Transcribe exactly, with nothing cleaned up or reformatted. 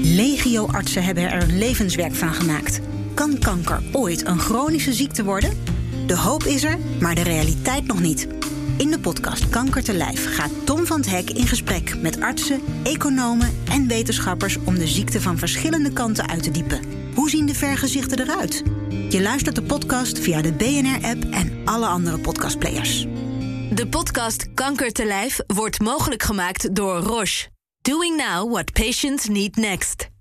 Legio artsen hebben er een levenswerk van gemaakt. Kan kanker ooit een chronische ziekte worden? De hoop is er, maar de realiteit nog niet. In de podcast Kanker te Lijf gaat Tom van 't Hek in gesprek met artsen, economen en wetenschappers om de ziekte van verschillende kanten uit te diepen. Hoe zien de vergezichten eruit? Je luistert de podcast via de B N R-app en alle andere podcastplayers. De podcast Kanker te Lijf wordt mogelijk gemaakt door Roche. Doing now what patients need next.